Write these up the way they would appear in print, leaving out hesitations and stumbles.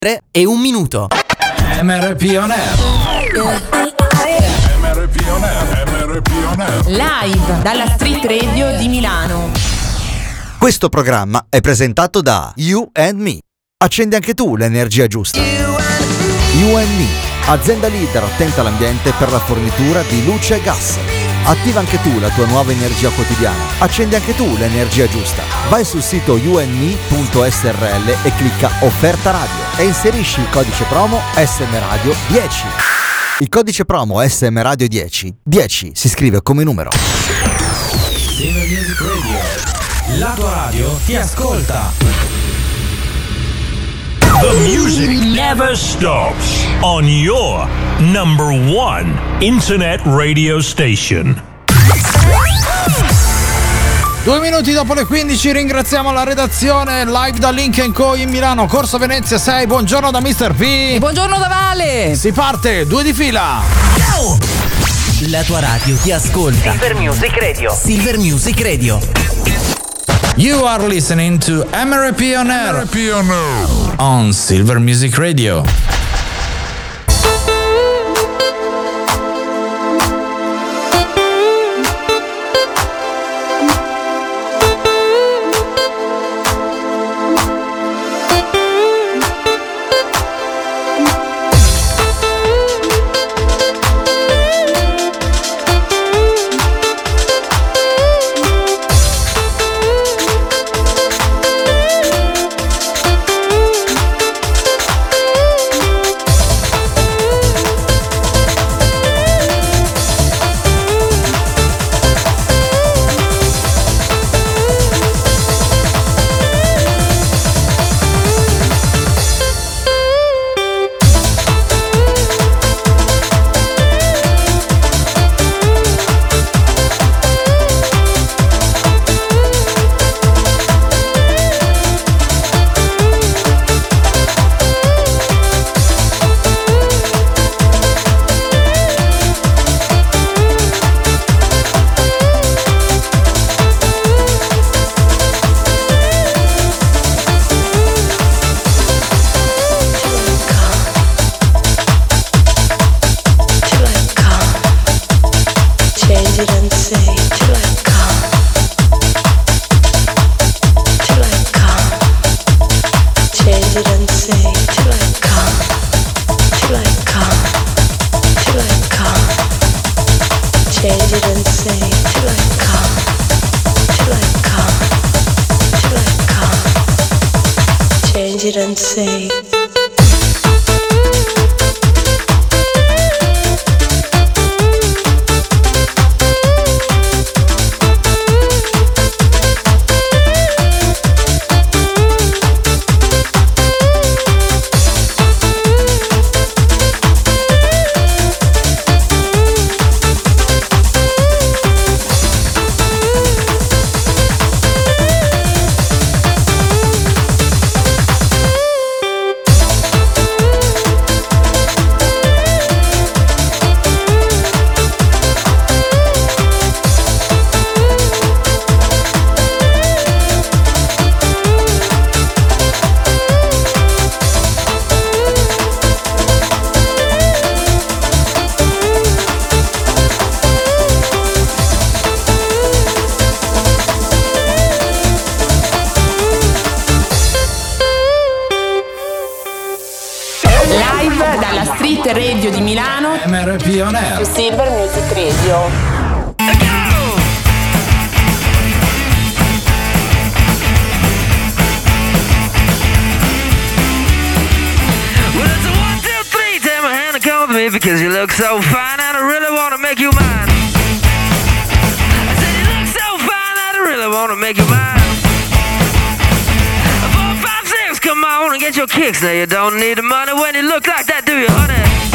e un minuto. MRP On Air. MRP On Air. MRP On Air. Live dalla Street Radio di Milano. Questo programma è presentato da You and Me. Accendi anche tu l'energia giusta. You and Me, azienda leader attenta all'ambiente per la fornitura di luce e gas. Attiva anche tu la tua nuova energia quotidiana. Accendi anche tu l'energia giusta. Vai sul sito youndme.srl e clicca Offerta Radio e inserisci il codice promo SM Radio 10. Il codice promo SM Radio 10 si scrive come numero. Silver Music Radio. La tua radio ti ascolta. The music never stops on your number one internet radio station. 2 minuti dopo le 15 ringraziamo la redazione live da Link & Co in Milano, Corso Venezia 6. Buongiorno da Mr. P. E buongiorno da Vale. Si parte, 2 di fila. La tua radio ti ascolta. Silver Music Radio. Silver Music Radio. You are listening to MRP On Air on Silver Music Radio. Radio di Milano, MRP On Air su Silver Music Radio. Because you look so fine and I really wanna make you mine. I said you look so fine and I really wanna make you mine. 4, 5, 6, come on and get your kicks. Now you don't need the money when you look like that, do you, honey?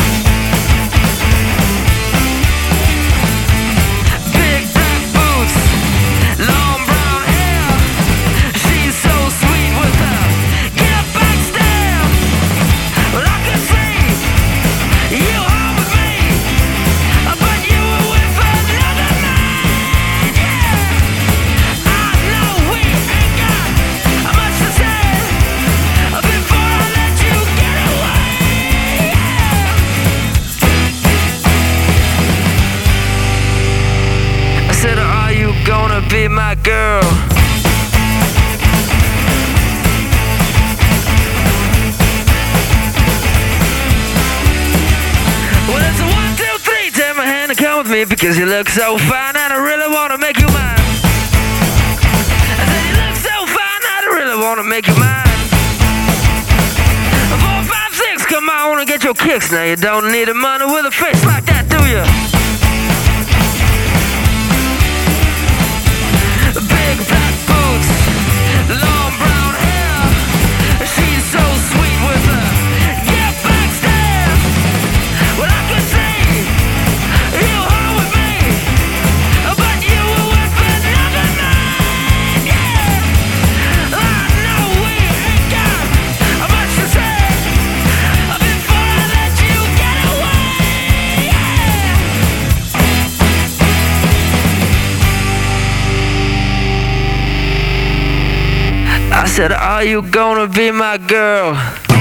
Big black boots, long brown hair. She's so sweet with her get back stare. Well, I can see you home with me, but you were with another man, yeah. I know we ain't got much to say before I let you get me because you look so fine and I really wanna make you mine. I said you look so fine and I really wanna make you mine. 4, 5, 6, come on, I wanna get your kicks. Now you don't need a money with a face like that, do you? Big black boots, long brown hair. She's so sweet with her. Get backstab. Well, I could say you hung with me, but you were with another man. Yeah, I know we ain't got much to say before I let you get away. I said, are you gonna be my girl?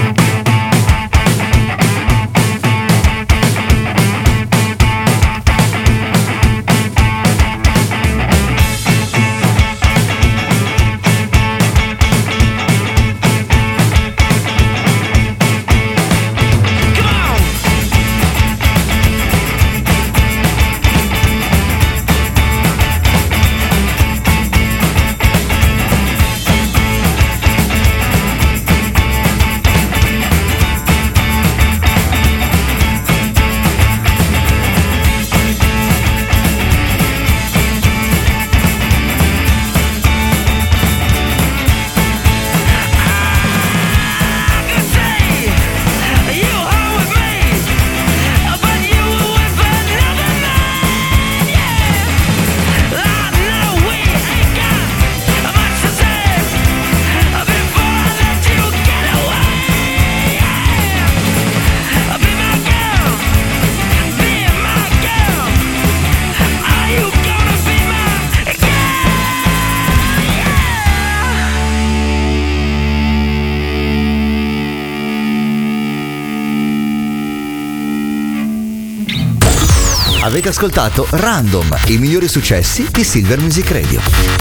Avete ascoltato Random, i migliori successi di Silver Music Radio.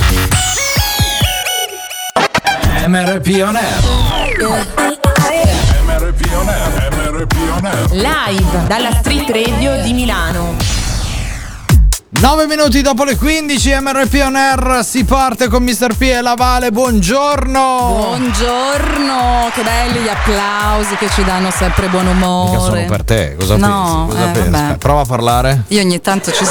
MRP On Air. MRP On Air, MRP On Air. Live dalla Street Radio di Milano. 9 minuti dopo le 15, MRP On Air, si parte con Mr. P e la Vale, buongiorno! Buongiorno, che belli gli applausi che ci danno sempre buon umore. Mica sono per te, cosa No, pensi? Cosa pensi? vabbè. Prova a parlare. Io ogni tanto ci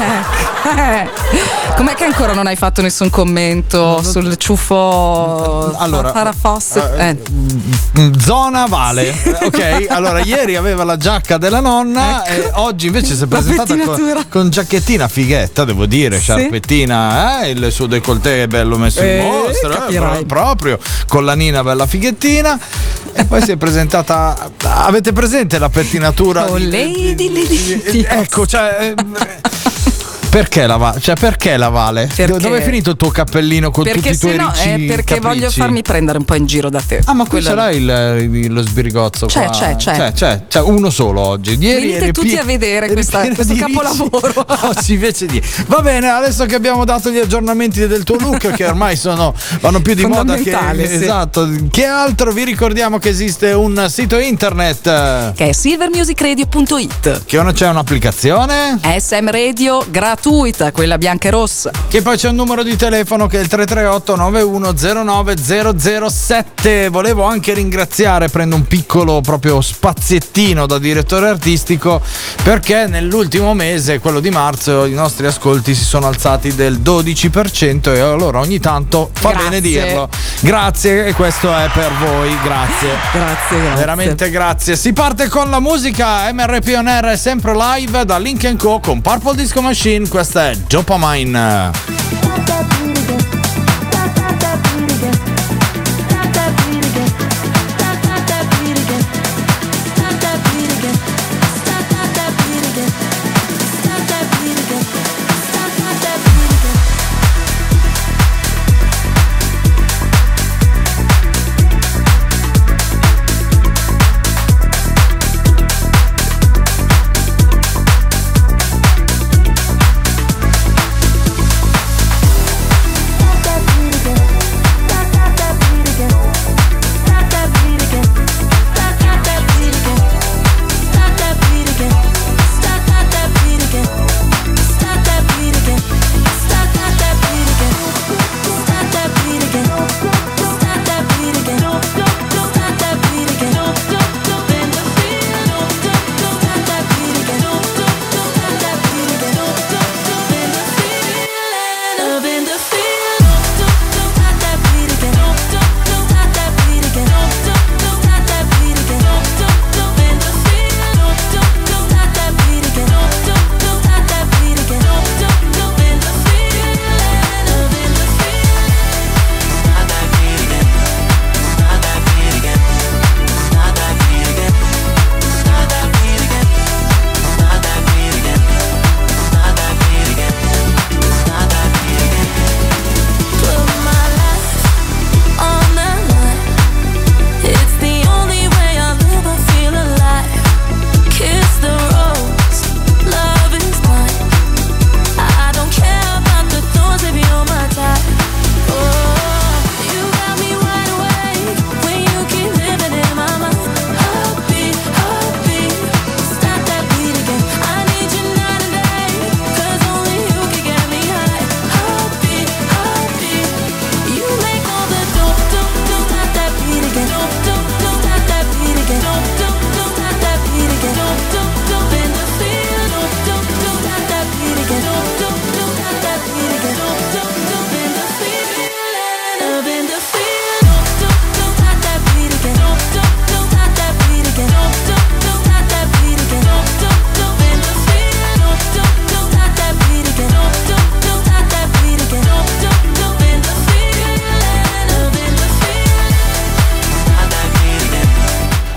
Com'è che ancora non hai fatto nessun commento sul ciuffo Farah Fawcett? Zona Vale, ok? Allora, ieri aveva la giacca della nonna, ecco. e oggi invece si è presentata con giacchetttina fighetta, devo dire, Sì. sciarpettina, il suo décolleté è bello messo in mostra, capirai. proprio, collanina bella fighettina, e poi si è presentata. Avete presente la pettinatura? Lady. Ecco, cioè. Perché la Vale? Cioè, perché la Vale? Perché? Dove è finito il tuo cappellino con tutti i tuoi ricci perché capricci? voglio farmi prendere un po' in giro da te. Ah, ma qui ce l'hai lo sbirigozzo C'è, qua? c'è. C'è uno solo oggi. Ieri Venite eri tutti a vedere eri questo pieno di capolavoro. ricci. Oggi invece di. Va bene, adesso che abbiamo dato gli aggiornamenti del tuo look, che ormai vanno più di moda che. Fondamentale, sì. Esatto. Che altro? Vi ricordiamo che esiste un sito internet. Che è silvermusicradio.it. Che ora c'è un'applicazione. SM Radio gratuita, quella bianca e rossa. Che poi c'è un numero di telefono che è il 338 9109 007. Volevo anche ringraziare, prendo un piccolo proprio spaziettino da direttore artistico, perché nell'ultimo mese, quello di marzo, i nostri ascolti si sono alzati del 12%, e allora ogni tanto fa Grazie. bene dirlo. Grazie, e questo è per voi. Grazie. Veramente grazie. Si parte con la musica. MRP On Air è sempre live da Link & Co con Purple Disco Machine. Questa è Dopamine.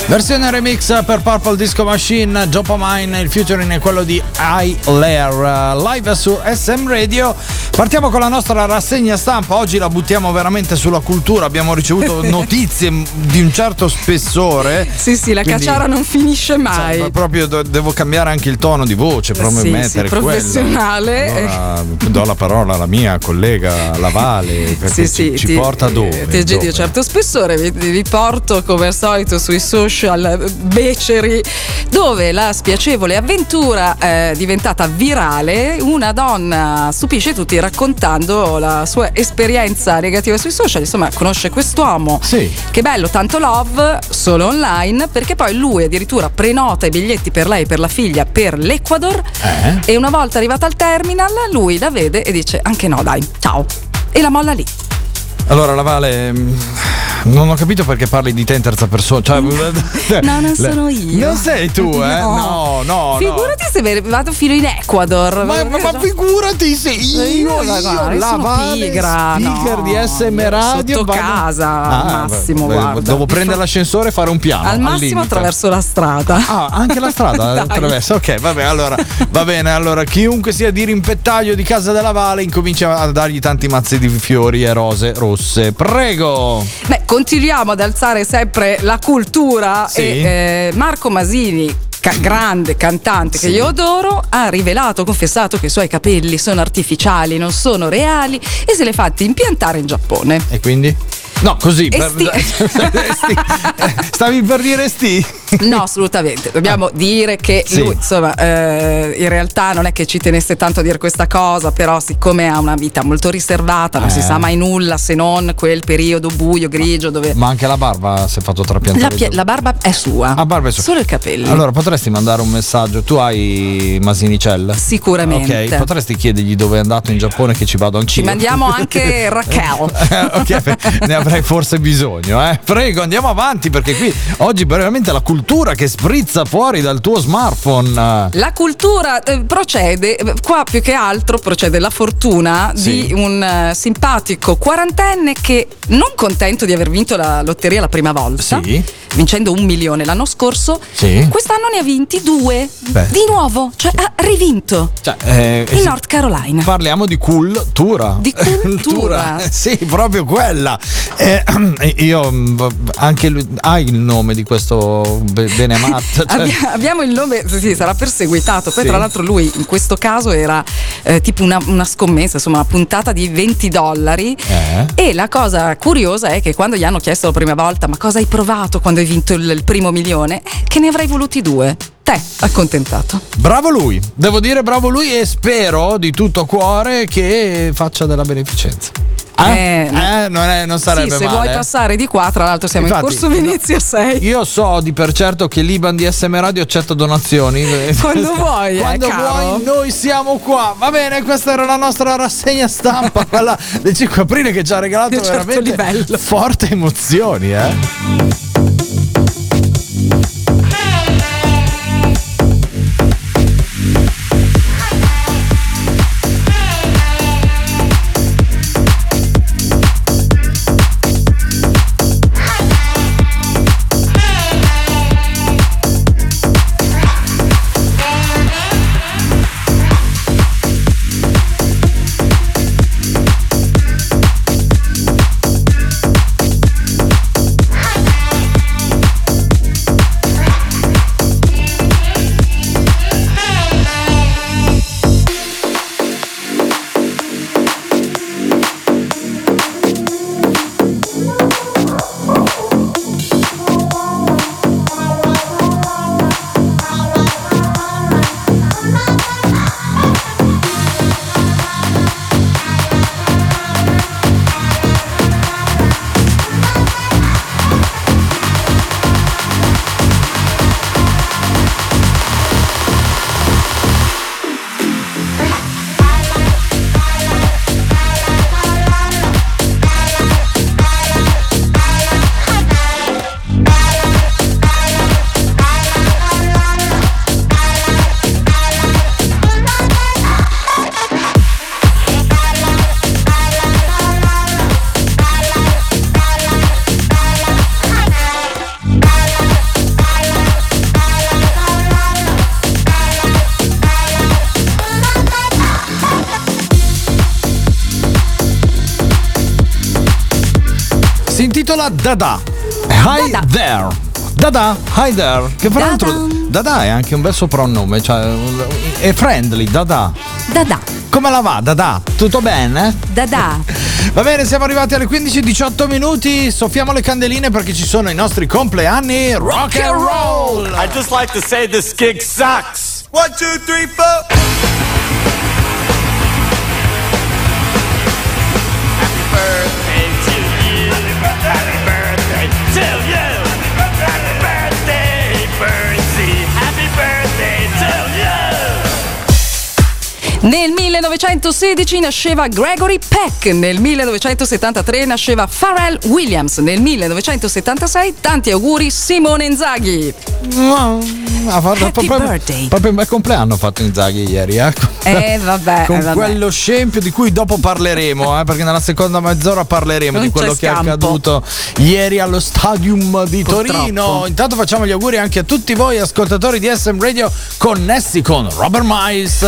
Versione remix per Purple Disco Machine, Dopamine, il featuring è quello di iLair, live su SM Radio. Partiamo con la nostra rassegna stampa, oggi la buttiamo veramente sulla cultura, abbiamo ricevuto notizie di un certo spessore. Sì, la cacciara non finisce mai. Cioè, proprio devo cambiare anche il tono di voce, proprio mettere professionale. Allora, do la parola alla mia collega Lavale, perché ci porta dove? Ti di un certo spessore, vi porto come al solito sui social beceri, dove la spiacevole avventura è diventata virale. Una donna stupisce tutti raccontando la sua esperienza negativa sui social. Insomma, conosce quest'uomo, che bello, tanto love, solo online, perché poi lui addirittura prenota i biglietti per lei e per la figlia per l'Ecuador, e una volta arrivata al terminal lui la vede e dice anche no dai, ciao, e la molla lì. Allora Lavale, non ho capito perché parli di te in terza persona. Cioè, no, non sono io. Non sei tu, eh? No. Figurati se vado fino in Ecuador. Ma figurati se io Lavale, pigra, speaker di SM Radio, sotto casa, al massimo, guarda. Devo prendere l'ascensore e fare un piano. Al massimo attraverso la strada. Ah, anche la strada attraverso. Ok, vabbè, allora va bene. Allora, chiunque sia di rimpettaio di casa della Vale incomincia a dargli tanti mazzi di fiori e rose rosse. Prego. Beh, continuiamo ad alzare sempre la cultura, e Marco Masini, grande cantante che io adoro, ha confessato che i suoi capelli sono artificiali, non sono reali, e se li ha fatti impiantare in Giappone. E quindi? No, così. Stavi per dire No, assolutamente. Dobbiamo dire che lui, insomma, in realtà non è che ci tenesse tanto a dire questa cosa, però siccome ha una vita molto riservata, non si sa mai nulla se non quel periodo buio, grigio dove... Ma anche la barba si è fatto trapiantare. La barba è sua. La barba è sua. Solo i capelli. Allora potresti mandare un messaggio. Tu hai Masinicella? Sicuramente. Ok, potresti chiedergli dove è andato in Giappone, che ci vado anch'io. Ci mandiamo anche Raquel. Ok, ne avrei forse bisogno, Prego, andiamo avanti, perché qui oggi veramente la cultura che sprizza fuori dal tuo smartphone. La cultura procede, qua più che altro procede la fortuna di un simpatico quarantenne che, non contento di aver vinto la lotteria la prima volta, vincendo 1 milione l'anno scorso, quest'anno ne ha vinti 2 di nuovo, cioè ha rivinto in North Carolina. Parliamo di cultura. Di cultura. Sì, proprio quella. Io anche lui, hai il nome di questo benematto? Cioè... Abbiamo il nome, sarà perseguitato. Poi tra l'altro lui in questo caso era tipo una scommessa, insomma una puntata di $20, e la cosa curiosa è che quando gli hanno chiesto la prima volta ma cosa hai provato quando hai vinto il primo milione, che ne avrei voluti 2. Te, accontentato. Bravo lui, devo dire bravo lui, e spero di tutto cuore che faccia della beneficenza. Non sarebbe male. Se vuoi passare di qua, tra l'altro siamo in corso Venezia 6. Io so di per certo che l'Iban di SM Radio accetta donazioni. Quando vuoi, quando vuoi, noi siamo qua. Va bene, questa era la nostra rassegna stampa, quella del 5 aprile, che ci ha regalato veramente forti emozioni, intitola Dada. Hi Dada. there. Dada, hi there. Che fra l'altro Dada è anche un bel soprannome, cioè è friendly, Dada. Dada. Come la va, Dada? Tutto bene? Dada. Va bene, siamo arrivati alle 15:18 minuti. Soffiamo le candeline perché ci sono i nostri compleanni rock and roll. I'd just like to say this gig sucks. 1, 2, 3, 4. Happy birthday to you. Happy birthday to you. Happy birthday, Bernsey. Happy birthday to you. Nel 1916 nasceva Gregory Peck, nel 1973 nasceva Pharrell Williams, nel 1976 tanti auguri Simone Inzaghi. Ha fatto Happy birthday. proprio un bel compleanno ha fatto Inzaghi ieri, Vabbè. con quello scempio di cui dopo parleremo, perché nella seconda mezz'ora parleremo Non di quello c'è che è scampo. accaduto ieri allo Stadium di Torino. Purtroppo. Intanto facciamo gli auguri anche a tutti voi ascoltatori di SM Radio connessi con Robert Miles.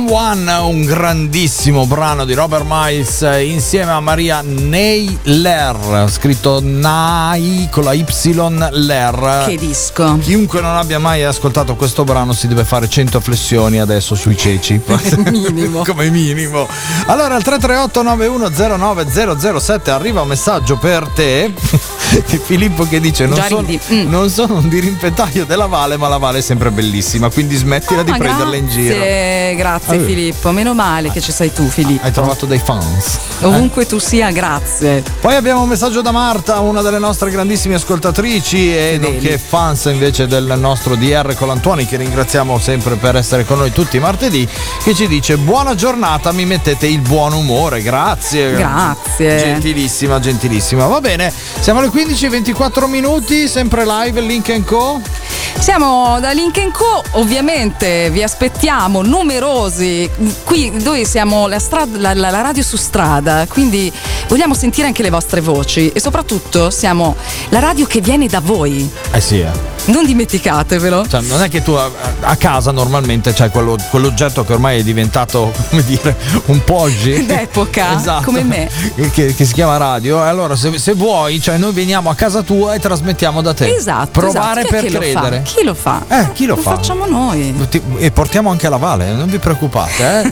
One, un grandissimo brano di Robert Miles insieme a Maria Neyler, scritto Nai con la Y Ler. Che disco. Chiunque non abbia mai ascoltato questo brano si deve fare 100 flessioni adesso sui ceci. Minimo. Come minimo. Allora al 338-9109-007 arriva un messaggio per te. Filippo che dice non sono un dirimpettaio della Vale, ma la Vale è sempre bellissima, quindi smettila di prenderla in giro. Grazie Filippo, meno male che ci sei tu Filippo. Hai trovato dei fans. Ovunque tu sia, grazie. Poi abbiamo un messaggio da Marta, una delle nostre grandissime ascoltatrici e nonché fans invece del nostro DR Colantuoni, che ringraziamo sempre per essere con noi tutti i martedì, che ci dice: buona giornata, mi mettete il buon umore. Grazie. Gentilissima. Va bene, siamo alle 15:24 minuti, sempre live Link & Co. Siamo da Link & Co, ovviamente vi aspettiamo numerosi. Qui noi siamo la radio su strada, quindi vogliamo sentire anche le vostre voci e soprattutto siamo la radio che viene da voi. Sì. Non dimenticatevelo. Cioè, non è che tu a casa normalmente c'hai quell'oggetto che ormai è diventato, come dire, un po' oggi d'epoca, esatto, come me, che si chiama radio. E allora se vuoi, cioè noi veniamo a casa tua e trasmettiamo da te. Esatto. Provare per credere. Chi lo fa? Chi lo fa? Lo facciamo noi. E portiamo anche la Vale, non vi preoccupate,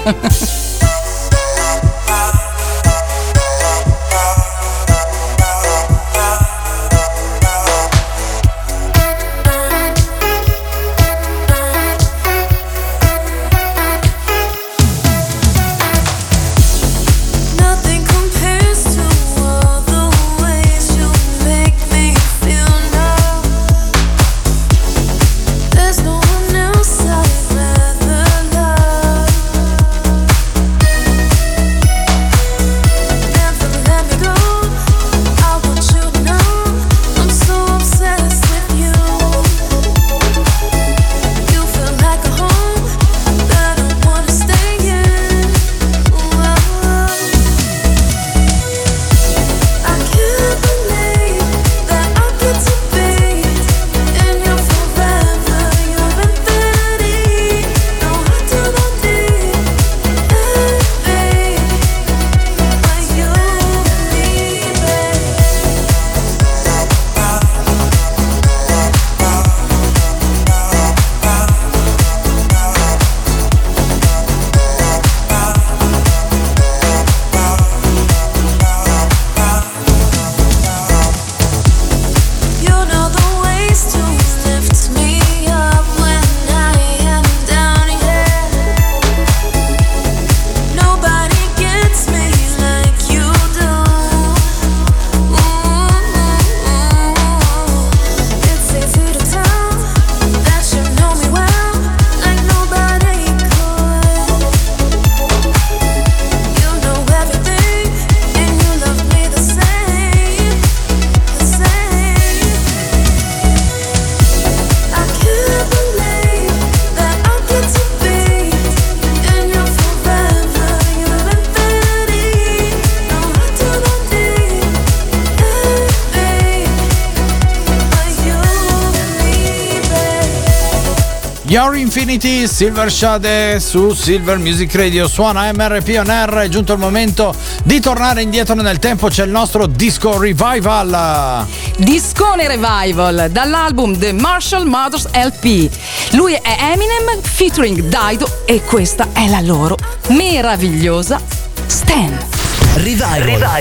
Your Infinity, Silver Shade su Silver Music Radio, suona MRP On Air. È giunto il momento di tornare indietro nel tempo, c'è il nostro Disco Revival. Discone Revival dall'album The Marshall Mathers LP. Lui è Eminem featuring Dido e questa è la loro meravigliosa Stan. Revival.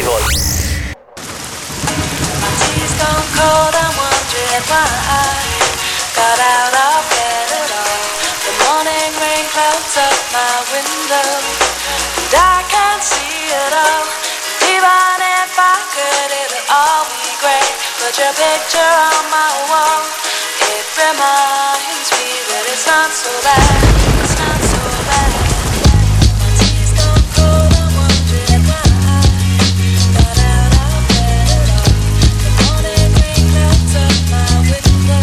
Got out of bed at all. The morning rain clouds up my window, and I can't see it all. Even if I could, it'll all be great. Put your picture on my wall. It reminds me that it's not so bad. It's not so bad. My tea's gone cold, I'm wondering why. Got out of bed at all. The morning rain clouds up my window.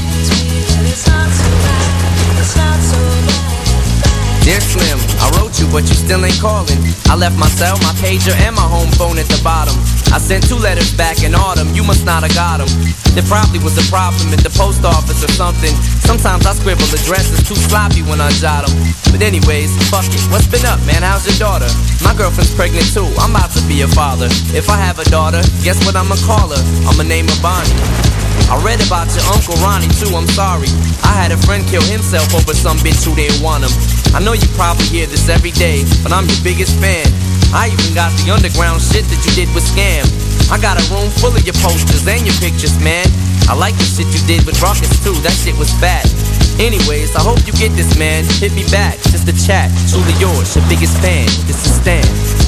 Dear Slim, I wrote you, but you still ain't calling. I left my cell, my pager, and my home phone at the bottom. I sent 2 letters back in autumn, you must not have got them. There probably was a problem at the post office or something. Sometimes I scribble addresses too sloppy when I jot them. But anyways, fuck it, what's been up, man? How's your daughter? My girlfriend's pregnant too, I'm about to be a father. If I have a daughter, guess what I'ma call her? I'ma name her Bonnie. I read about your Uncle Ronnie too, I'm sorry. I had a friend kill himself over some bitch who didn't want him. I know you probably hear this every day, but I'm your biggest fan. I even got the underground shit that you did with Scam. I got a room full of your posters and your pictures, man. I like the shit you did with Ruckus too, that shit was bad. Anyways, I hope you get this, man. Hit me back, just a chat. Truly yours, your biggest fan. This is Stan.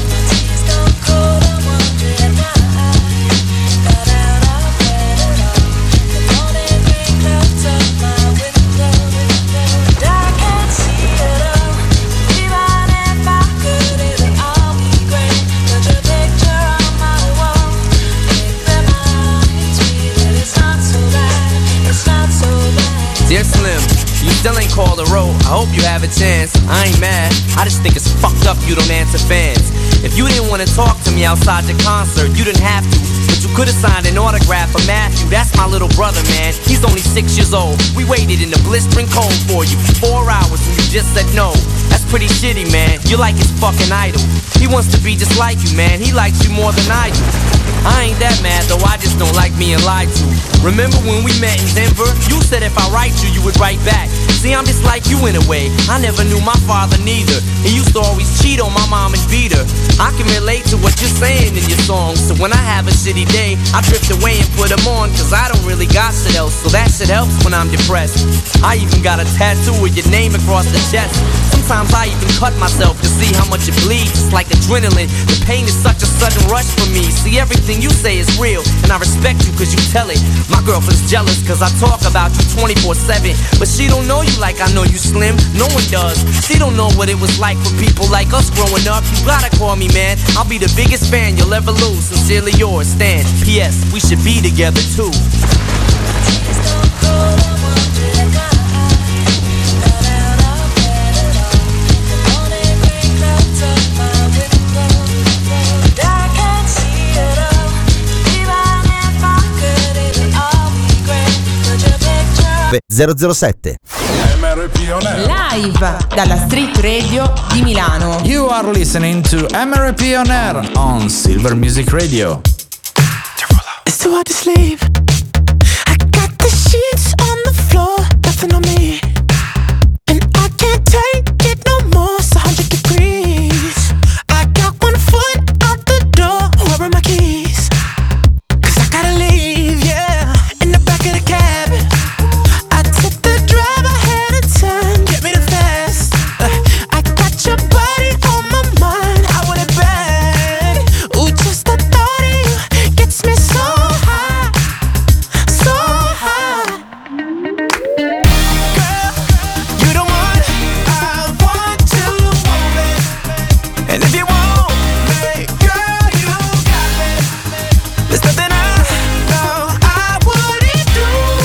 Dear Slim, you still ain't called a row. I hope you have a chance. I ain't mad, I just think it's fucked up you don't answer fans. If you didn't want to talk to me outside the concert, you didn't have to. But you could've signed an autograph for Matthew. That's my little brother, man. He's only 6 years old. We waited in the blistering cold for you for 4 hours and you just said no. That's pretty shitty, man. You're like his fucking idol. He wants to be just like you, man. He likes you more than I do. I ain't that mad though, I just don't like being lied to. Remember when we met in Denver? You said if I write you, you would write back. See, I'm just like you in a way. I never knew my father neither. He used to always cheat on my mom and beat her. I can relate to what you're saying in your songs. So when I have a shitty day, I drift away and put them on. Cause I don't really got shit else, so that shit helps when I'm depressed. I even got a tattoo with your name across the chest. Sometimes I even cut myself to see how much it bleeds. It's like adrenaline. The pain is such a sudden rush for me. See, everything you say is real, and I respect you cause you tell it. My girlfriend's jealous cause I talk about you 24/7. But she don't know you like I know you, Slim. No one does. She don't know what it was like for people like us growing up. You gotta call me, man. I'll be the biggest fan you'll ever lose. Sincerely yours, Stan. P.S. We should be together too. Beh, 007 Live dalla Street Radio di Milano. You are listening to MRP On Air on Silver Music Radio. It's too hard to sleep. I got the sheets on the floor, nothing on me. And I can't take it no more, it's 100 degrees. I got 1 foot out the door, where are my keys? Cause I gotta leave, yeah, in the back of the cab. I took the drive ahead of time, get me the fast. I got your body on my mind, I want it bad. Ooh, just the thought of you gets me so high, so high. Girl, you the one I want to move it. And if you want me, girl, you got me. There's nothing I know I wouldn't do,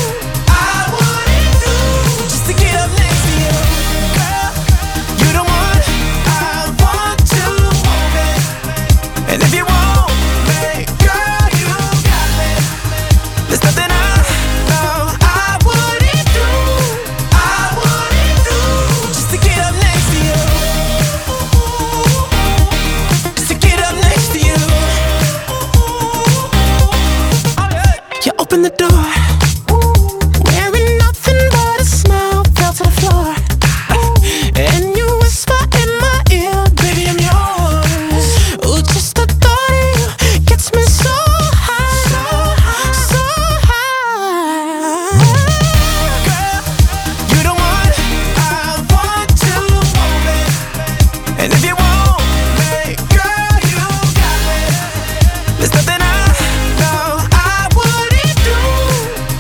just to get up next to you. Girl, you the one I want to move it. And if you want me, girl, you got me. There's nothing I know I wouldn't do, just to get up next to you. Just to get up next to you. You open the door, wearing nothing but a smile, fell to the floor. And you whisper in my ear, baby, I'm yours. Ooh, just the thought of you gets me so high, so high. Girl, you the one I want to move it. And if you want me, girl, you got me. There's nothing I know I wouldn't do,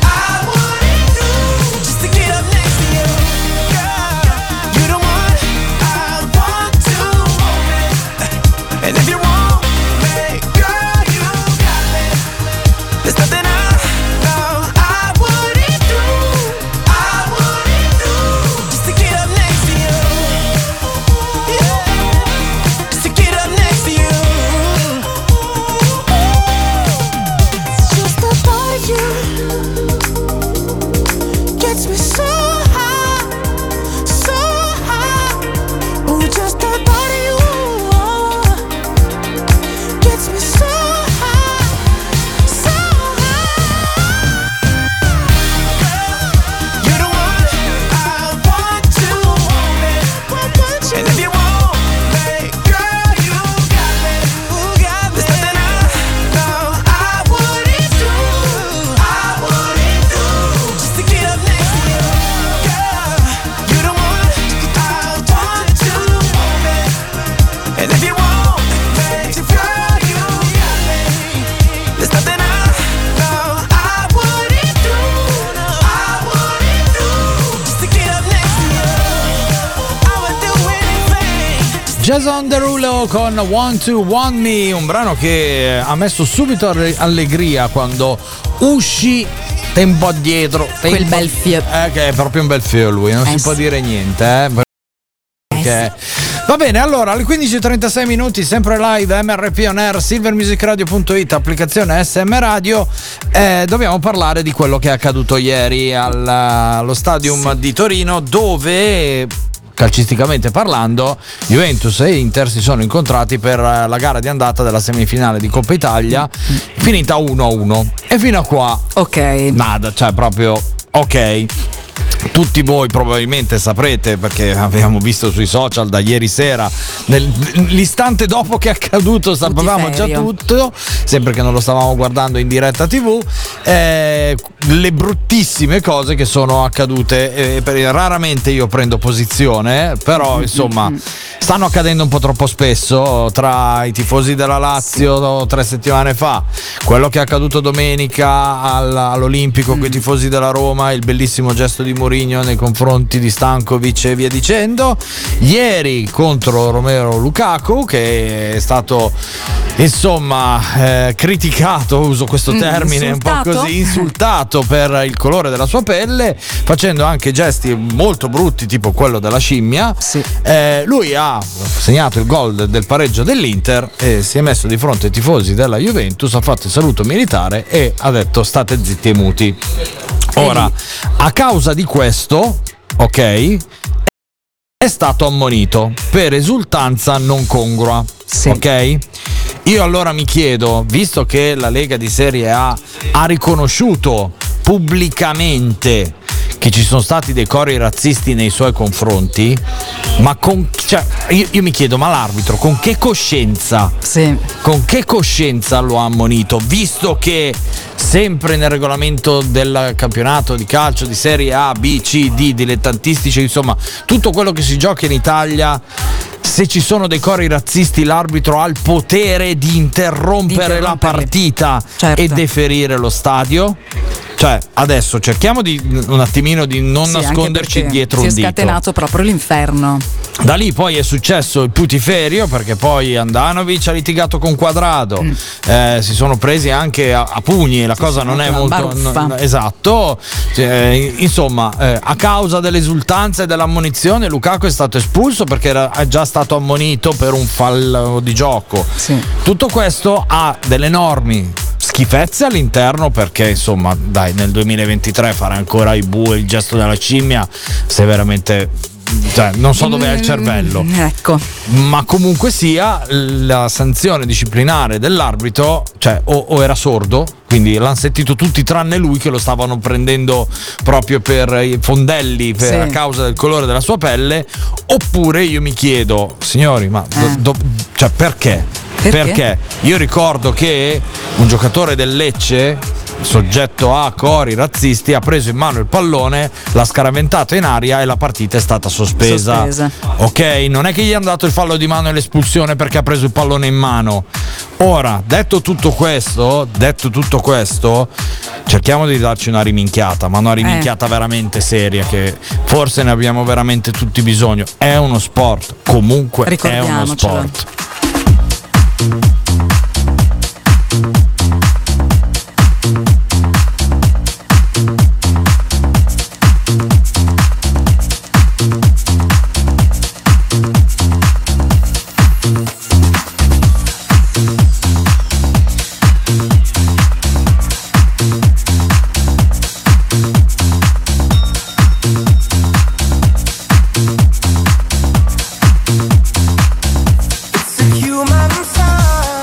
Jason Derulo con Want to Want Me, un brano che ha messo subito allegria quando usci un po' dietro. Quel bel fio. Che è proprio un bel fio lui, non si può dire niente, perché... Va bene, allora alle 15:36 minuti, sempre live, MRP On Air, silvermusicradio.it, applicazione SM Radio. Dobbiamo parlare di quello che è accaduto ieri allo Stadium di Torino, dove, calcisticamente parlando, Juventus e Inter si sono incontrati per la gara di andata della semifinale di Coppa Italia, finita 1-1. E fino a qua, ok, nada, cioè proprio ok. Tutti voi probabilmente saprete, perché abbiamo visto sui social da ieri sera, l'istante dopo che è accaduto sapevamo già tutto, sempre che non lo stavamo guardando in diretta TV, le bruttissime cose che sono accadute. Raramente io prendo posizione, però insomma stanno accadendo un po' troppo spesso, tra i tifosi della Lazio 3 settimane fa, quello che è accaduto domenica all'Olimpico con i tifosi della Roma, il bellissimo gesto di Mourinho nei confronti di Stankovic e via dicendo, ieri contro Romelu Lukaku, che è stato insomma criticato, uso questo termine, insultato? un po' così, insultato per il colore della sua pelle, facendo anche gesti molto brutti tipo quello della scimmia. Lui ha segnato il gol del pareggio dell'Inter e si è messo di fronte ai tifosi della Juventus, ha fatto il saluto militare e ha detto state zitti e muti. Ora, a causa di questo, ok, è stato ammonito per esultanza non congrua, ok? Io allora mi chiedo, visto che la Lega di Serie A ha riconosciuto pubblicamente che ci sono stati dei cori razzisti nei suoi confronti, ma io mi chiedo, ma l'arbitro con che coscienza? Con che coscienza lo ha ammonito? Visto che sempre nel regolamento del campionato di calcio di Serie A, B, C, D, dilettantistici, insomma, tutto quello che si gioca in Italia, se ci sono dei cori razzisti l'arbitro ha il potere di interrompere la partita e deferire lo stadio. Cioè, adesso cerchiamo di un attimino di non nasconderci dietro un dito. Si è scatenato proprio l'inferno. Da lì poi è successo il putiferio, perché poi Andanovic ha litigato con Quadrado, si sono presi anche a pugni, la cosa non è molto esatto, insomma, a causa dell'esultanza e dell'ammonizione Lukaku è stato espulso perché è già stato ammonito per un fallo di gioco. Tutto questo ha delle enormi schifezze all'interno, perché insomma dai, nel 2023 fare ancora i bue, il gesto della scimmia, se veramente, cioè, non so dove è il cervello, ecco. Ma comunque sia, la sanzione disciplinare dell'arbitro, cioè o era sordo, quindi l'hanno sentito tutti tranne lui, che lo stavano prendendo proprio per i fondelli a causa del colore della sua pelle, oppure io mi chiedo, signori, ma cioè perché? Perché io ricordo che un giocatore del Lecce, soggetto a cori razzisti, ha preso in mano il pallone, l'ha scaraventato in aria e la partita è stata sospesa. Ok, non è che gli hanno dato il fallo di mano e l'espulsione perché ha preso il pallone in mano. Ora, detto tutto questo, cerchiamo di darci una riminchiata, ma una riminchiata veramente seria, che forse ne abbiamo veramente tutti bisogno. È uno sport, comunque è uno sport. Human side.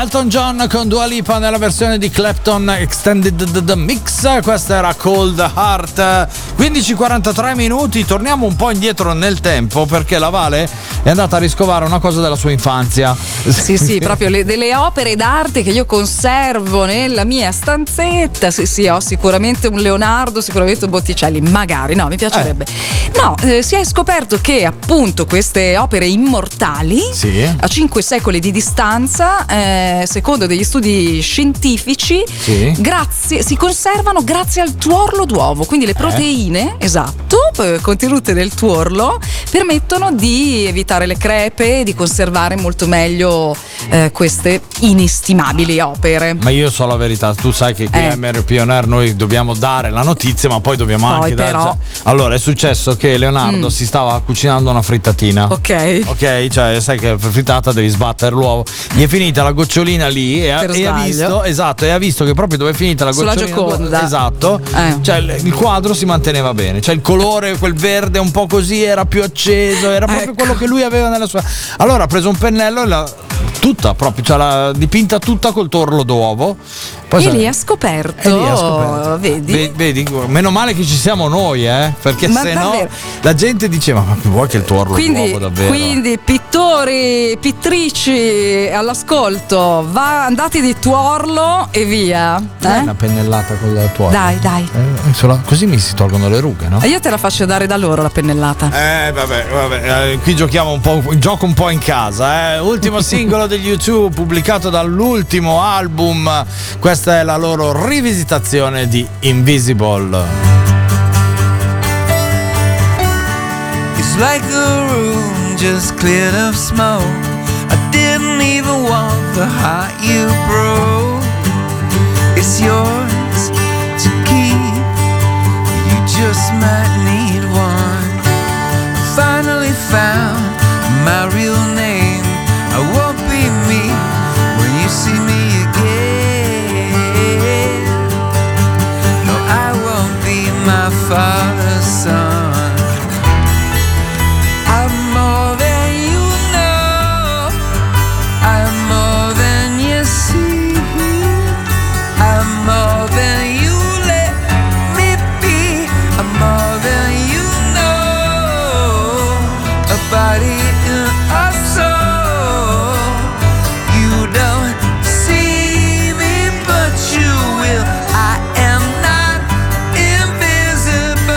Elton John con Dua Lipa nella versione di Clapton Extended Mix. Questa era Cold Heart. 15:43 minuti. Torniamo un po' indietro nel tempo perché la Vale è andata a riscovare una cosa della sua infanzia. Sì, proprio delle opere d'arte che io conservo nella mia stanzetta. Sì, ho sicuramente un Leonardo, sicuramente un Botticelli, magari, no, mi piacerebbe. No, si è scoperto che appunto queste opere immortali, a 5 secoli di distanza, secondo degli studi scientifici, si conservano grazie al tuorlo d'uovo, quindi le proteine, contenute nel tuorlo permettono di evitare le crepe, di conservare molto meglio queste inestimabili opere. Ma io so la verità, tu sai che qui a MRP On Air noi dobbiamo dare la notizia, ma poi dobbiamo anche dare. Allora, è successo che Leonardo si stava cucinando una frittatina. Ok, cioè sai che per frittata devi sbattere l'uovo. Gli è finita la gocciolina lì e ha visto che proprio dove è finita la gocciolina. Sulla Gioconda. Cioè il quadro si manteneva bene, cioè il colore, quel verde un po' così era più acceso, era proprio quello che lui aveva nella sua. Allora ha preso un pennello e l'ha l'ha dipinta tutta col tuorlo d'uovo. Poi lì ha scoperto. Vedi, meno male che ci siamo noi, perché sennò la gente diceva: ma vuoi che il tuorlo d'uovo davvero? Quindi pittori, pittrici all'ascolto, andati di tuorlo e via. Una pennellata con la tuorlo. Dai. Così mi si tolgono le rughe, no? E io te la faccio dare da loro la pennellata. Vabbè, qui giochiamo gioco un po' in casa. Ultimo singolo degli U2 pubblicato dall'ultimo album. Questa è la loro rivisitazione di Invisible. It's like the room just cleared of smoke. I didn't even want the heart you broke. It's yours to keep. You just might need one. I finally found my real name. I won't be me when you see me again. No, I won't be my father's son. I'm more than you know. I'm more than you see. I'm more than you let me be. I'm more than you know. A body and a soul. You don't see me, but you will. I am not invisible.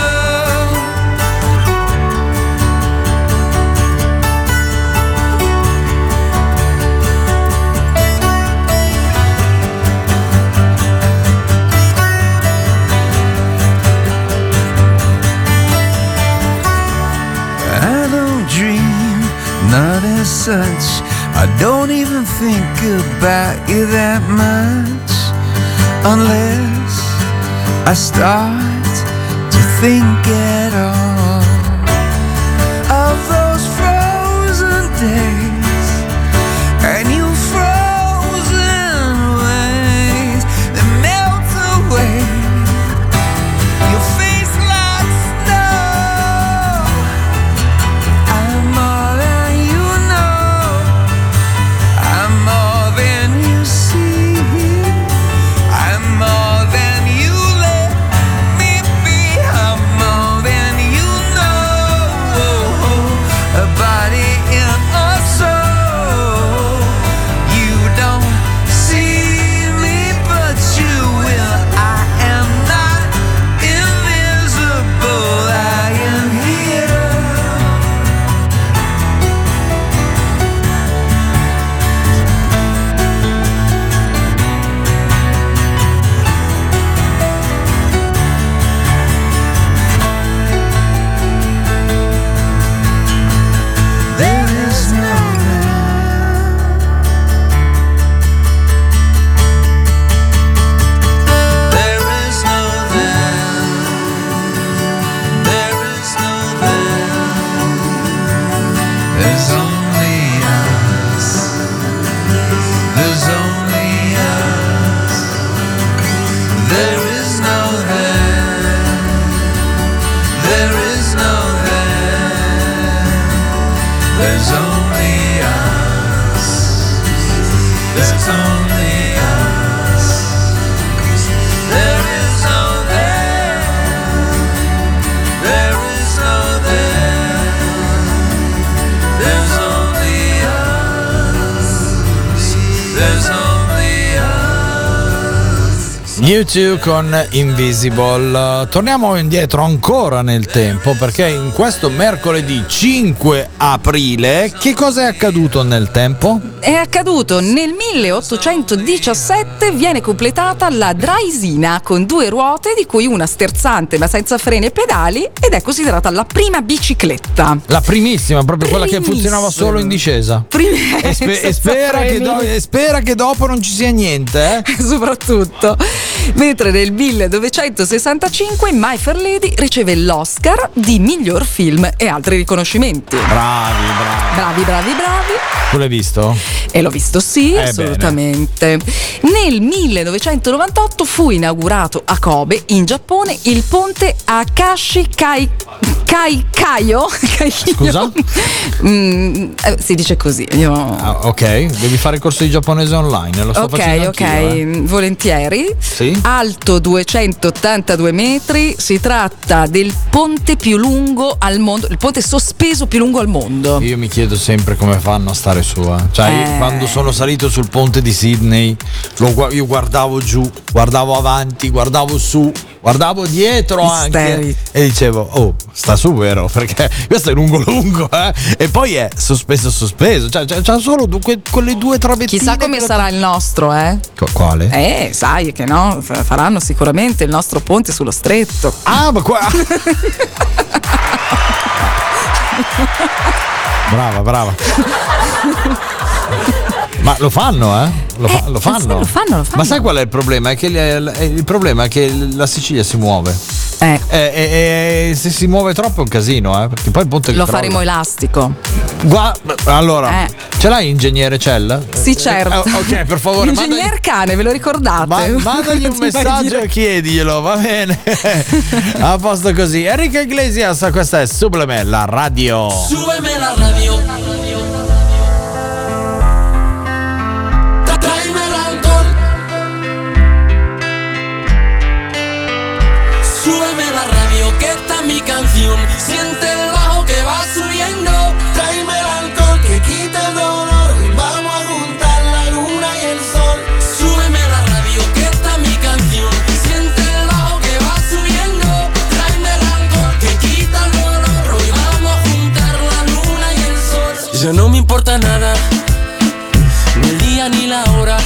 I don't dream, not as such. I don't even think about you that much, unless I start to think at all of those frozen days and you frozen ways that melt away. Your face like snow. I'm more than you know. I'm more than you see. I'm more than you let me be. I'm more than you know. A body and a soul. You don't see me, but you will. I am not invisible. I am here. There is no them. There is no them. There is no them. There's only us. There's only us. There is no them. There is no them. There's only us. There's only U2 con Invisible. Torniamo indietro ancora nel tempo, perché in questo mercoledì 5 aprile che cosa è accaduto nel tempo? È accaduto nel 1817, viene completata la Draisina con 2 ruote, di cui una sterzante ma senza freni e pedali, ed è considerata la prima bicicletta. La primissima, proprio quella che funzionava solo in discesa. E spera che dopo non ci sia niente, soprattutto. Mentre nel 1965 My Fair Lady riceve l'Oscar di miglior film e altri riconoscimenti. Bravi. Tu l'hai visto? E l'ho visto, sì, assolutamente. Nel 1998 fu inaugurato a Kobe, in Giappone, il ponte Akashi Kaio. Scusa? Si dice così. Ok, devi fare il corso di giapponese online, lo sto facendo anch'io, volentieri. Sì? Alto 282 metri, si tratta del ponte più lungo al mondo, il ponte sospeso più lungo al mondo. Io mi chiedo sempre come fanno a stare su, Cioè, quando sono salito sul ponte di Sydney, io guardavo giù, guardavo avanti, guardavo su, guardavo dietro anche e dicevo, oh, sta su, vero? Perché questo è lungo, e poi è sospeso, cioè c'ha solo quelle 2 travettine. Chissà come sarà il nostro, Quale? Sai che no, faranno sicuramente il nostro ponte sullo stretto. Ah, ma qua brava. Ma lo fanno, Lo fanno. Ma sai qual è il problema? È che il problema è che la Sicilia si muove. E se si muove troppo è un casino, perché poi il ponte lo faremo elastico. Allora, ce l'hai ingegnere Cella? Sì, certo. Ok, per favore. Ingegner Cane, ve lo ricordate? Mandagli un messaggio e chiediglielo, va bene? A posto così. Enrique Iglesias, questa è Súbeme la radio. Súbeme la radio. Súbeme la radio, que esta es mi canción. Siente el bajo que va subiendo. Tráeme el alcohol que quita el dolor. Vamos a juntar la luna y el sol. Súbeme la radio, que esta es mi canción. Siente el bajo que va subiendo. Tráeme el alcohol que quita el dolor. Hoy vamos a juntar la luna y el sol. Ya no me importa nada, ni el día ni la hora.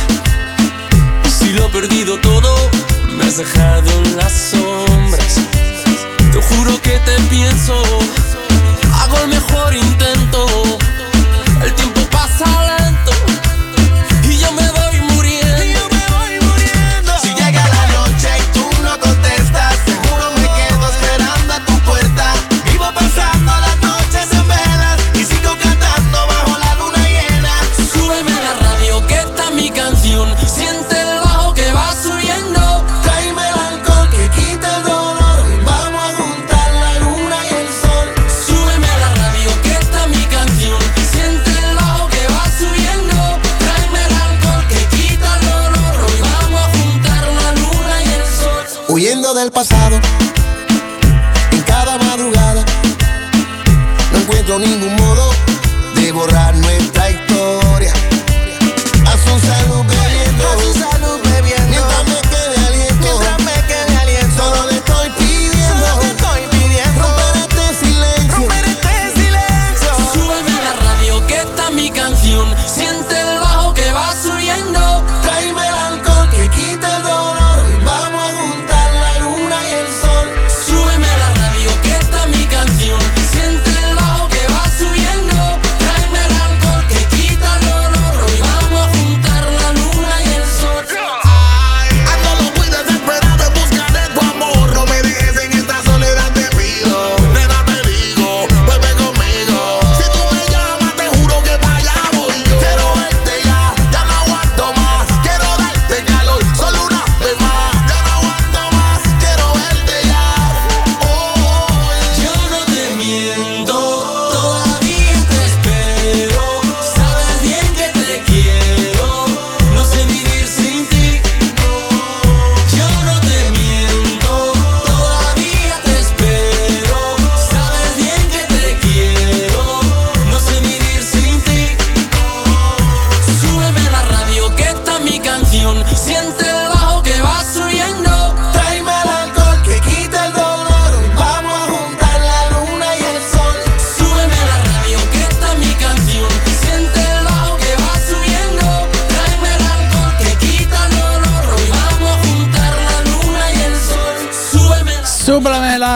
Si lo he perdido todo, me has dejado en las sombras. Te juro que te pienso, hago el mejor intento. El tiempo pasa lento y yo me voy muriendo. Si llega la noche y tú no contestas, seguro me quedo esperando a tu puerta. Vivo pasando las noches en velas y sigo cantando bajo la luna llena. Súbeme la radio, que esta es mi canción. Siente el bajo que va subiendo. Tráeme el alcohol que quita el dolor. Vamos a juntar la luna y el sol. Súbeme la radio, que esta es mi canción. Siente el bajo que va subiendo. Tráeme el alcohol que quita el dolor. Hoy vamos a juntar la luna y el sol. Huyendo del pasado, en cada madrugada, no encuentro ningún modo de borrar nuestra historia. A su salud bebiendo, mientras me quede aliento, solo le estoy pidiendo, romper este silencio. Súbeme la radio, que esta es mi canción. Siente el bajo que va subiendo. Tráeme el alcohol que quita el dolor. Vamos a juntar la luna y el sol. Súbeme la radio, que esta es mi canción. Siente el bajo que va subiendo. Tráeme el alcohol que quita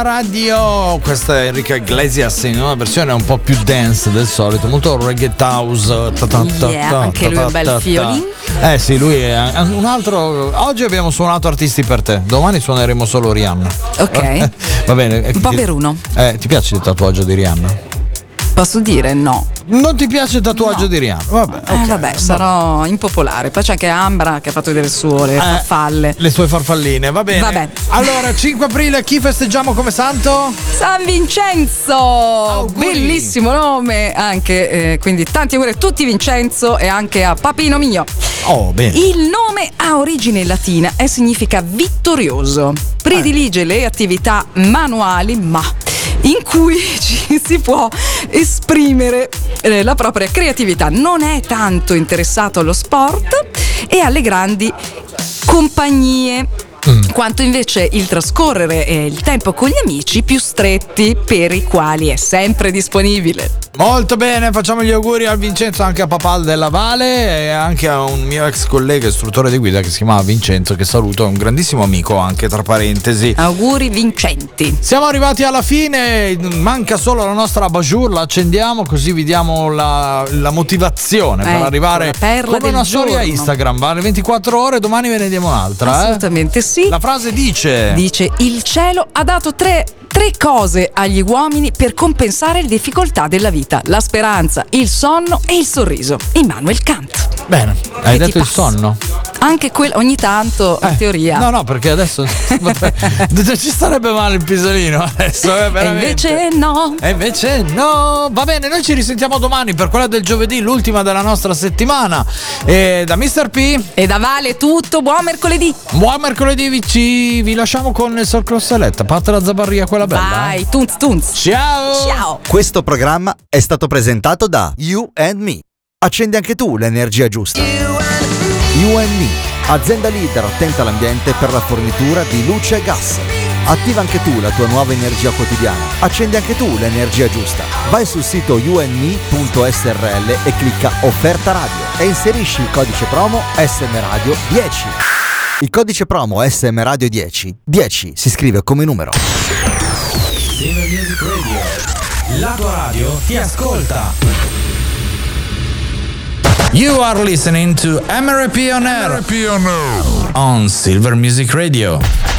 radio. Questa è Enrique Iglesias in una versione un po' più dance del solito, molto reggae house. Anche lui è un bel violino. Sì, lui è un altro. Oggi abbiamo suonato artisti per te, domani suoneremo solo Rihanna. Ok. Va bene. Un po' per uno. Ti piace il tatuaggio di Rihanna? Posso dire no. Non ti piace il tatuaggio di Rihanna? Vabbè, sarò impopolare. Poi c'è anche Ambra che ha fatto vedere il suo, le farfalle. Le sue farfalline, va bene. Vabbè. Allora, 5 aprile, chi festeggiamo come santo? San Vincenzo! Auguri. Bellissimo nome anche, quindi tanti auguri a tutti Vincenzo e anche a Papino Mio. Oh, bene. Il nome ha origine latina e significa vittorioso. Predilige le attività manuali, ma in cui ci si può esprimere la propria creatività. Non è tanto interessato allo sport e alle grandi compagnie, quanto invece il trascorrere il tempo con gli amici più stretti, per i quali è sempre disponibile. Molto bene, facciamo gli auguri al Vincenzo, anche a Papal della Valle e anche a un mio ex collega istruttore di guida che si chiamava Vincenzo, che saluto, è un grandissimo amico anche, tra parentesi. Auguri vincenti. Siamo arrivati alla fine, manca solo la nostra abajur, la accendiamo così vi diamo la motivazione per arrivare come una storia Instagram, vale 24 ore, domani ve ne diamo un'altra. Assolutamente sì. La frase dice: il cielo ha dato tre cose agli uomini per compensare le difficoltà della vita: la speranza, il sonno e il sorriso. Immanuel Kant. Bene, hai detto il sonno? Anche ogni tanto, in teoria. No, perché adesso ci starebbe male il pisolino adesso, veramente. E invece no. Va bene, noi ci risentiamo domani per quella del giovedì, l'ultima della nostra settimana. E da Mr. P e da Vale tutto, buon mercoledì. Buon mercoledì, vi lasciamo con il Sor Crossaletta. Parte la zabarria quella bella. Vai, tunz. Ciao. Questo programma è stato presentato da You and Me. Accendi anche tu l'energia giusta. You and Me, azienda leader attenta all'ambiente per la fornitura di luce e gas. Attiva anche tu la tua nuova energia quotidiana. Accendi anche tu l'energia giusta. Vai sul sito youndme.srl e clicca Offerta Radio e inserisci il codice promo SM Radio 10. Il codice promo SM Radio 10 si scrive come numero. Silver Music Radio, la tua radio ti ascolta. You are listening to MRP on Air on Silver Music Radio.